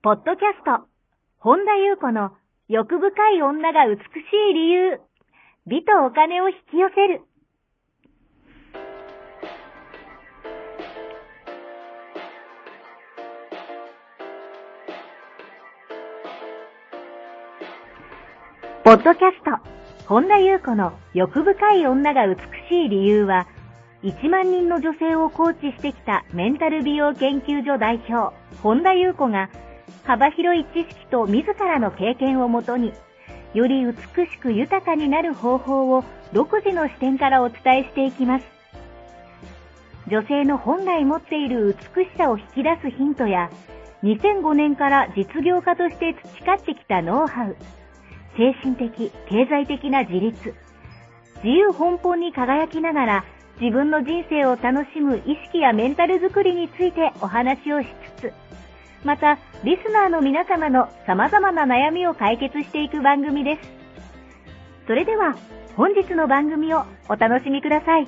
ポッドキャスト、本田裕子の欲深い女が美しい理由、美とお金を引き寄せる。ポッドキャスト、本田裕子の欲深い女が美しい理由は、1万人の女性をコーチしてきたメンタル美容研究所代表、本田裕子が、幅広い知識と自らの経験をもとに、より美しく豊かになる方法を独自の視点からお伝えしていきます。女性の本来持っている美しさを引き出すヒントや、2005年から実業家として培ってきたノウハウ、精神的、経済的な自立、自由奔放に輝きながら自分の人生を楽しむ意識やメンタルづくりについてお話をしつつ、またリスナーの皆様の様々な悩みを解決していく番組です。それでは本日の番組をお楽しみください。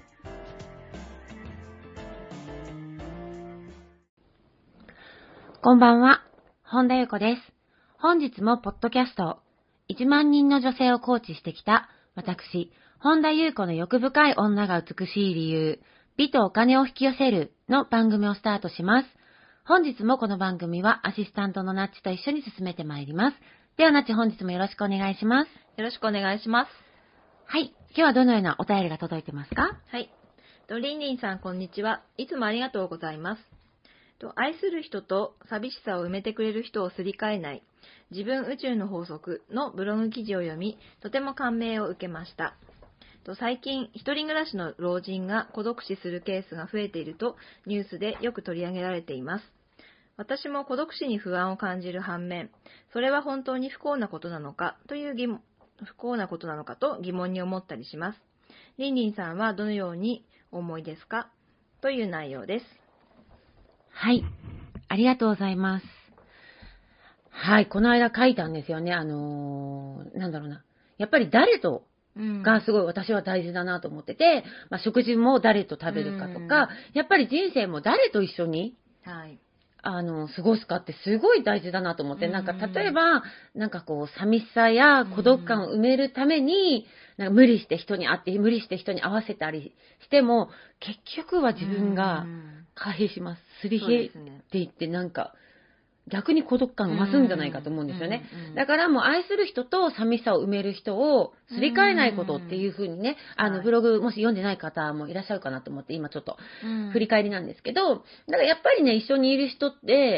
こんばんは、本田裕子です。本日もポッドキャスト、1万人の女性をコーチしてきた私、本田裕子の欲深い女が美しい理由、美とお金を引き寄せるの番組をスタートします。本日もこの番組はアシスタントのナッチと一緒に進めてまいります。ではナッチ、本日もよろしくお願いします。 よろしくお願いします。 はい。今日はどのようなお便りが届いてますか？ はい。リンリンさん、こんにちは。いつもありがとうございます。愛する人と寂しさを埋めてくれる人をすり替えない、自分宇宙の法則のブログ記事を読み、とても感銘を受けました。最近、一人暮らしの老人が孤独死するケースが増えているとニュースでよく取り上げられています。私も孤独死に不安を感じる反面、それは本当に不幸なことなのかと疑問に思ったりします。リンリンさんはどのようにお思いですか？という内容です。 はい。ありがとうございます。はい。この間書いたんですよね。やっぱり誰とがすごい私は大事だなと思ってて、食事も誰と食べるかとか、やっぱり人生も誰と一緒に、 はい。 過ごすかってすごい大事だなと思って、例えば、寂しさや孤独感を埋めるために、無理して人に会って、無理して人に合わせたりしても、結局は自分が回避します。すり減っていって、逆に孤独感が増すんじゃないかと思うんですよね。だからもう愛する人と寂しさを埋める人をすり替えないことっていうふうにね、ブログもし読んでない方もいらっしゃるかなと思って今ちょっと振り返りなんですけど、だからやっぱりね、一緒にいる人って、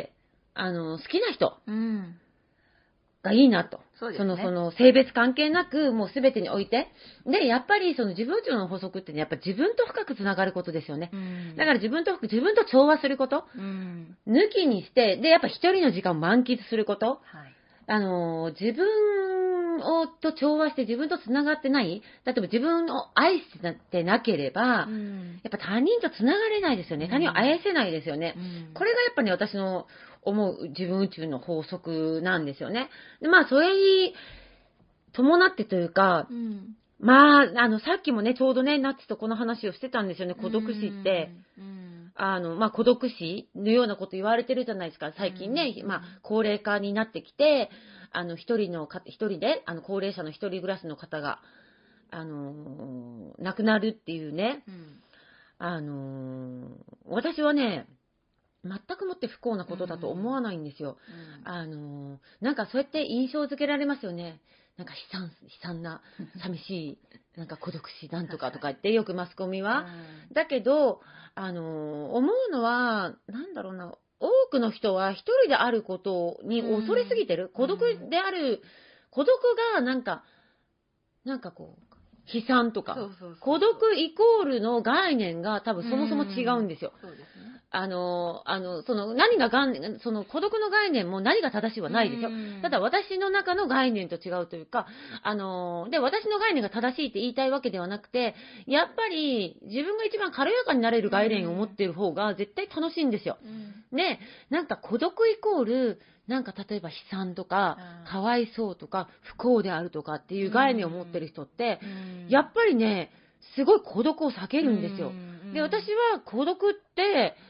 好きな人がいいなと。 そうですね。 その性別関係なくもうすべてにおいて。で、やっぱりその自分宇宙の法則ってね、やっぱ自分と深くつながることですよね。だから自分と調和すること。抜きにして、で、やっぱ一人の時間を満喫すること。 はい、 自分と調和して自分とつながってない。例えば自分を愛してなければ、やっぱ他人とつながれないですよね。他人を愛せないですよね。これがやっぱね、私の思う自分宇宙の法則なんですよね。で、それに伴ってというか、さっきもね、ちょうどね、ナッチとこの話をしてたんですよね。孤独死って、孤独死のようなこと言われてるじゃないですか。最近ね、高齢化になってきて、一人で、高齢者の一人暮らしの方が、亡くなるっていうね、私はね、全くもって不幸なことだと思わないんですよ。そうやって印象づけられますよね。悲惨な、寂しい、孤独死なんとかとか言って、よくマスコミは。だけど、思うのは、多くの人は一人であることに恐れすぎてる。孤独が悲惨とか、孤独イコールの概念が多分そもそも違うんですよ。 そうですね。 その孤独の概念も何が正しいはないですよ。ただ私の中の概念と違うというか、で、私の概念が正しいって言いたいわけではなくて、やっぱり自分が一番軽やかになれる概念を持っている方が絶対楽しいんですよ。で、孤独イコール、例えば悲惨とか、かわいそうとか、不幸であるとかっていう概念を持ってる人って、やっぱりね、すごい孤独を避けるんですよ。で、私は孤独って、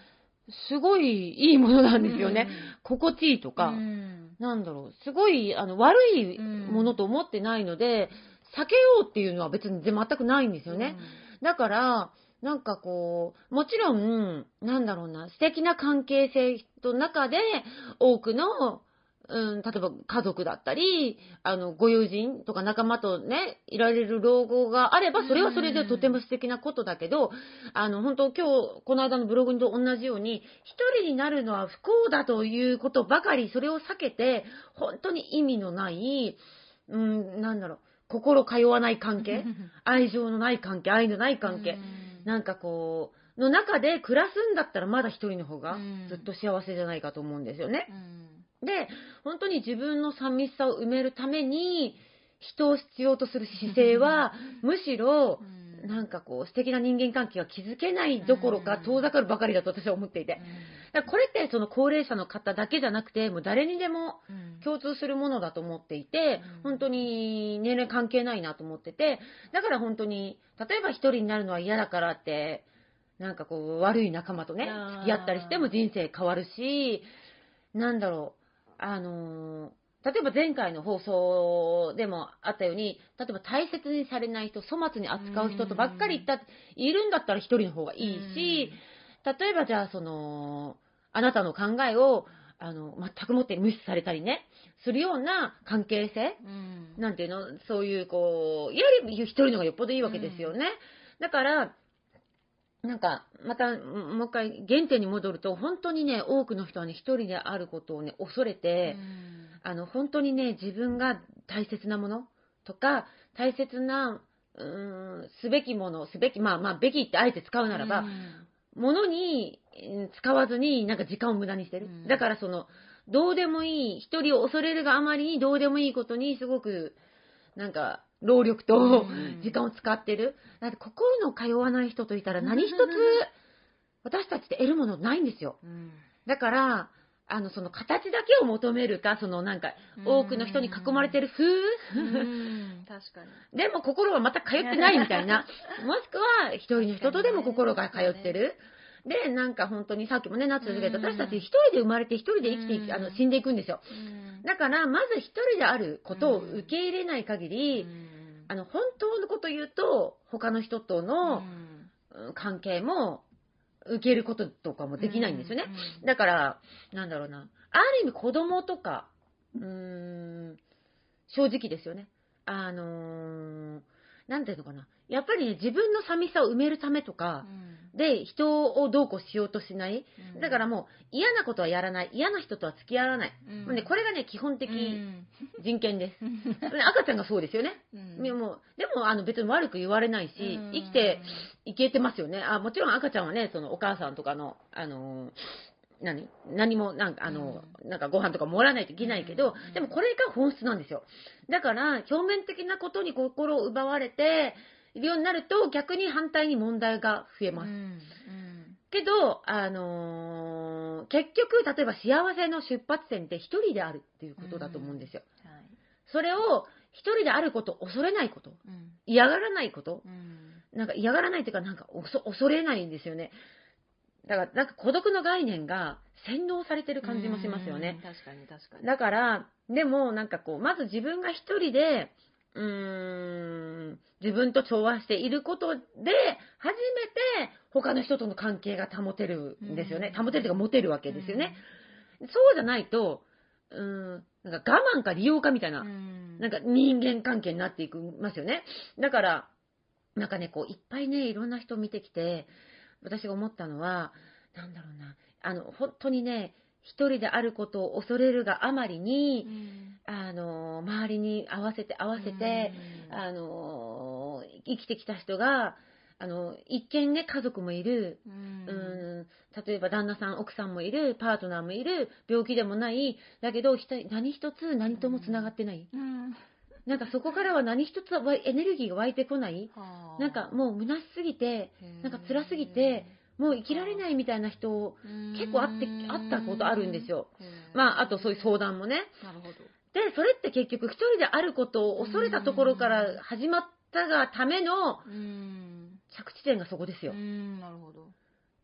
すごいいいものなんですよね。心地いいとか、なんだろう、すごい悪いものと思ってないので、避けようっていうのは別に全くないんですよね。だから、なんかこう、もちろん、なんだろうな、素敵な関係性の中で、多くの、例えば家族だったり、ご友人とか仲間とね、いられる老後があれば、それはそれでとても素敵なことだけど、本当今日、この間のブログと同じように、一人になるのは不幸だということばかり、それを避けて、本当に意味のない、なんだろう、心通わない関係、愛情のない関係、愛のない関係、なんかこう、の中で暮らすんだったらまだ一人の方がずっと幸せじゃないかと思うんですよね。で、本当に自分の寂しさを埋めるために、人を必要とする姿勢は、むしろ、なんかこう、素敵な人間関係が築けないどころか、遠ざかるばかりだと私は思っていて。だからこれってその高齢者の方だけじゃなくて、もう誰にでも共通するものだと思っていて、本当に年齢関係ないなと思ってて、だから本当に、例えば一人になるのは嫌だからって、なんかこう、悪い仲間とね、付き合ったりしても人生変わるし、なんだろう、例えば前回の放送でもあったように、例えば大切にされない人、粗末に扱う人とばっかりいるんだったら一人の方がいいし、例えばじゃああなたの考えを、全くもって無視されたりね、するような関係性、なんていうの、そういうこう、より一人の方がよっぽどいいわけですよね。だから、なんか、また、もう一回、原点に戻ると、本当にね、多くの人はね、一人であることをね、恐れて、本当にね、自分が大切なものとか、大切な、すべきもの、べきってあえて使うならば、ものに使わずに、なんか時間を無駄にしてる。だからどうでもいい、一人を恐れるがあまりに、どうでもいいことに、すごく、なんか、労力と時間を使ってる。だって心の通わない人といたら何一つ私たちって得るものないんですよ。だから、その形だけを求めるか、なんか、多くの人に囲まれてる風確かに。 でも心はまた通ってないみたいな。もしくは、一人の人とでも心が通ってる。で、なんか本当にさっきもね、なっちゃったけど、私たち一人で生まれて一人で生きていく、死んでいくんですよ。だから、まず一人であることを受け入れない限り、本当のこと言うと、他の人との関係も受けることとかもできないんですよね。だから、なんだろうな。ある意味子供とか、正直ですよね。なんていうのかな。やっぱりね、自分の寂しさを埋めるためとか、で、人をどうこうしようとしない。だからもう、嫌なことはやらない。嫌な人とは付き合わない。もうね、これがね、基本的人権です。赤ちゃんがそうですよね。でも、別に悪く言われないし、生きていけてますよね。もちろん赤ちゃんはね、お母さんとかの、何も、なんかご飯とかもらわないといけないけど、でもこれが本質なんですよ。だから、表面的なことに心を奪われているようになると、逆に反対に問題が増えます。けど、結局、例えば幸せの出発点って一人であるっていうことだと思うんですよ。それを一人であること、恐れないこと、嫌がらないこと、なんか嫌がらないっていうか、なんか恐れないんですよね。だから、なんか孤独の概念が洗脳されてる感じもしますよね。 確かに。 だから、でもなんかこう、まず自分が一人で、自分と調和していることで、初めて他の人との関係が保てるんですよね。保てるというか持てるわけですよね。そうじゃないと、なんか我慢か利用かみたいな、なんか人間関係になっていきますよね。だから、なんかね、こう、いっぱいね、いろんな人を見てきて、私が思ったのは、なんだろうな、本当にね、一人であることを恐れるがあまりに、周りに合わせて、生きてきた人が、一見ね、家族もいる、例えば旦那さん、奥さんもいる、パートナーもいる、病気でもない、だけど、何一つ何ともつながってない。なんかそこからは何一つエネルギーが湧いてこない。なんかもう虚しすぎて、なんか辛すぎて、もう生きられないみたいな人、結構会ったことあるんですよ。あとそういう相談もね。 なるほど。 で、それって結局一人であることを恐れたところから始まったがための着地点がそこですよ。 なるほど。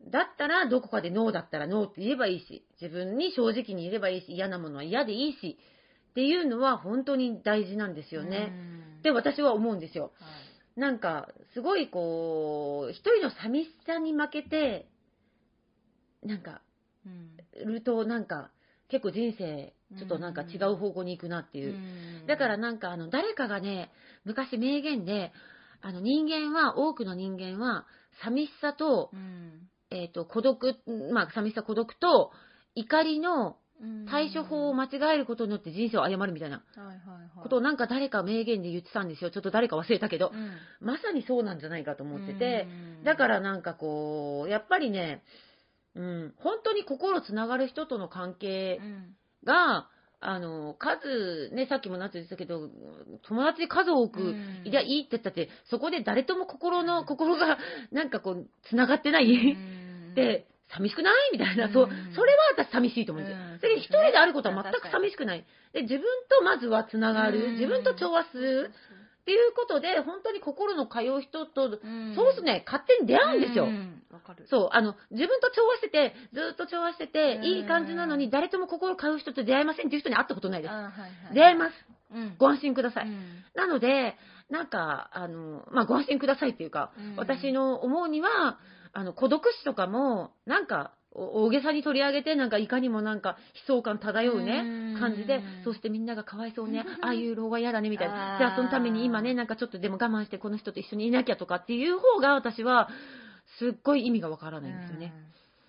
だったらどこかでノーだったらノーって言えばいいし、自分に正直に言えばいいし、嫌なものは嫌でいいし、っていうのは本当に大事なんですよね。って私は思うんですよ。 はい、 なんか、すごいこう、一人の寂しさに負けて、なんか、るとなんか、結構人生、ちょっとなんか違う方向に行くなっていう。だからなんか誰かがね、昔名言で、多くの人間は、寂しさと、孤独、寂しさ、孤独と、怒りの対処法を間違えることによって人生を誤るみたいなことをなんか誰か名言で言ってたんですよ。ちょっと誰か忘れたけど、まさにそうなんじゃないかと思ってて、だからなんかこう、やっぱりね、本当に心つながる人との関係が、数、ね、さっきもなって言ってたけど、友達数多くいりゃいいって言ったって、そこで誰とも心が、なんかこう、つながってないで、寂しくないみたいな、それは私寂しいと思うんですよ。だけど一人であることは全く寂しくない。で、自分とまずはつながる、自分と調和する。っていうことで、本当に心の通う人と、そうするね、勝手に出会うんですよ。そう、自分と調和してて、ずっと調和してて、いい感じなのに、誰とも心通う人と出会えませんっていう人に会ったことないです。出会えます。ご安心ください。なので、なんか、ご安心くださいっていうか、私の思うには、孤独死とかも、なんか、大げさに取り上げて、なんかいかにもなんか悲壮感漂うね、感じで、そしてみんながかわいそうね、ああいう老害嫌だね、みたいな。じゃあそのために今ね、なんかちょっとでも我慢してこの人と一緒にいなきゃとかっていう方が私は、すっごい意味がわからないんですよね。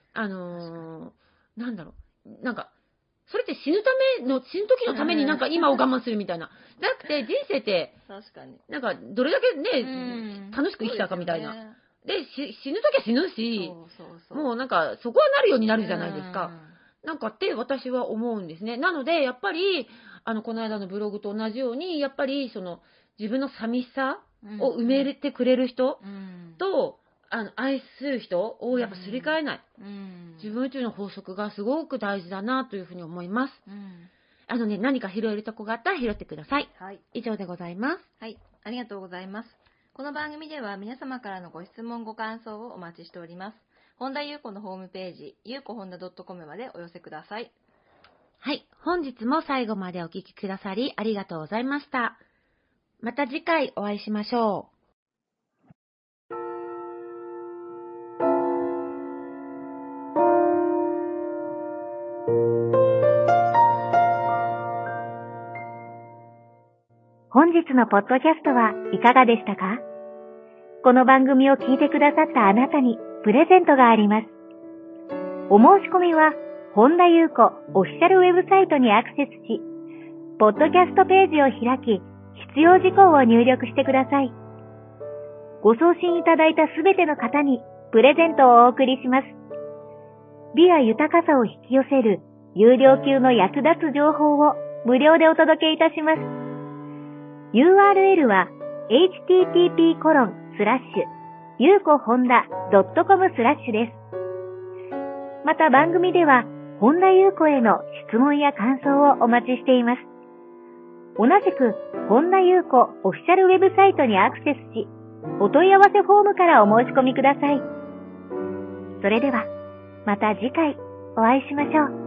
なんだろう。なんか、それって死ぬ時のためになんか今を我慢するみたいな。じゃなくて人生って、なんかどれだけね、楽しく生きたかみたいな。で、死ぬ時は死ぬし、もうなんかそこはなるようになるじゃないですか。なんかって私は思うんですね。なので、やっぱり、この間のブログと同じように、やっぱり自分の寂しさを埋めてくれる人と、愛する人をやっぱすり替えない。自分宇宙の法則がすごく大事だなというふうに思います。何か拾えるとこがあったら拾ってください。 はい。 以上でございます。 はい。ありがとうございます。この番組では皆様からのご質問ご感想をお待ちしております。本田裕子のホームページ、ゆうこほんだ .com までお寄せください。 はい。本日も最後までお聞きくださりありがとうございました。また次回お会いしましょう。 本日のポッドキャストはいかがでしたか？この番組を聞いてくださったあなたにプレゼントがあります。お申し込みは、本田裕子オフィシャルウェブサイトにアクセスし、ポッドキャストページを開き、必要事項を入力してください。ご送信いただいたすべての方にプレゼントをお送りします。美や豊かさを引き寄せる有料級の役立つ情報を無料でお届けいたします。URL は http://yukohonda.com/ です。また番組では本田裕子への質問や感想をお待ちしています。同じく本田裕子オフィシャルウェブサイトにアクセスし、お問い合わせフォームからお申し込みください。それではまた次回お会いしましょう。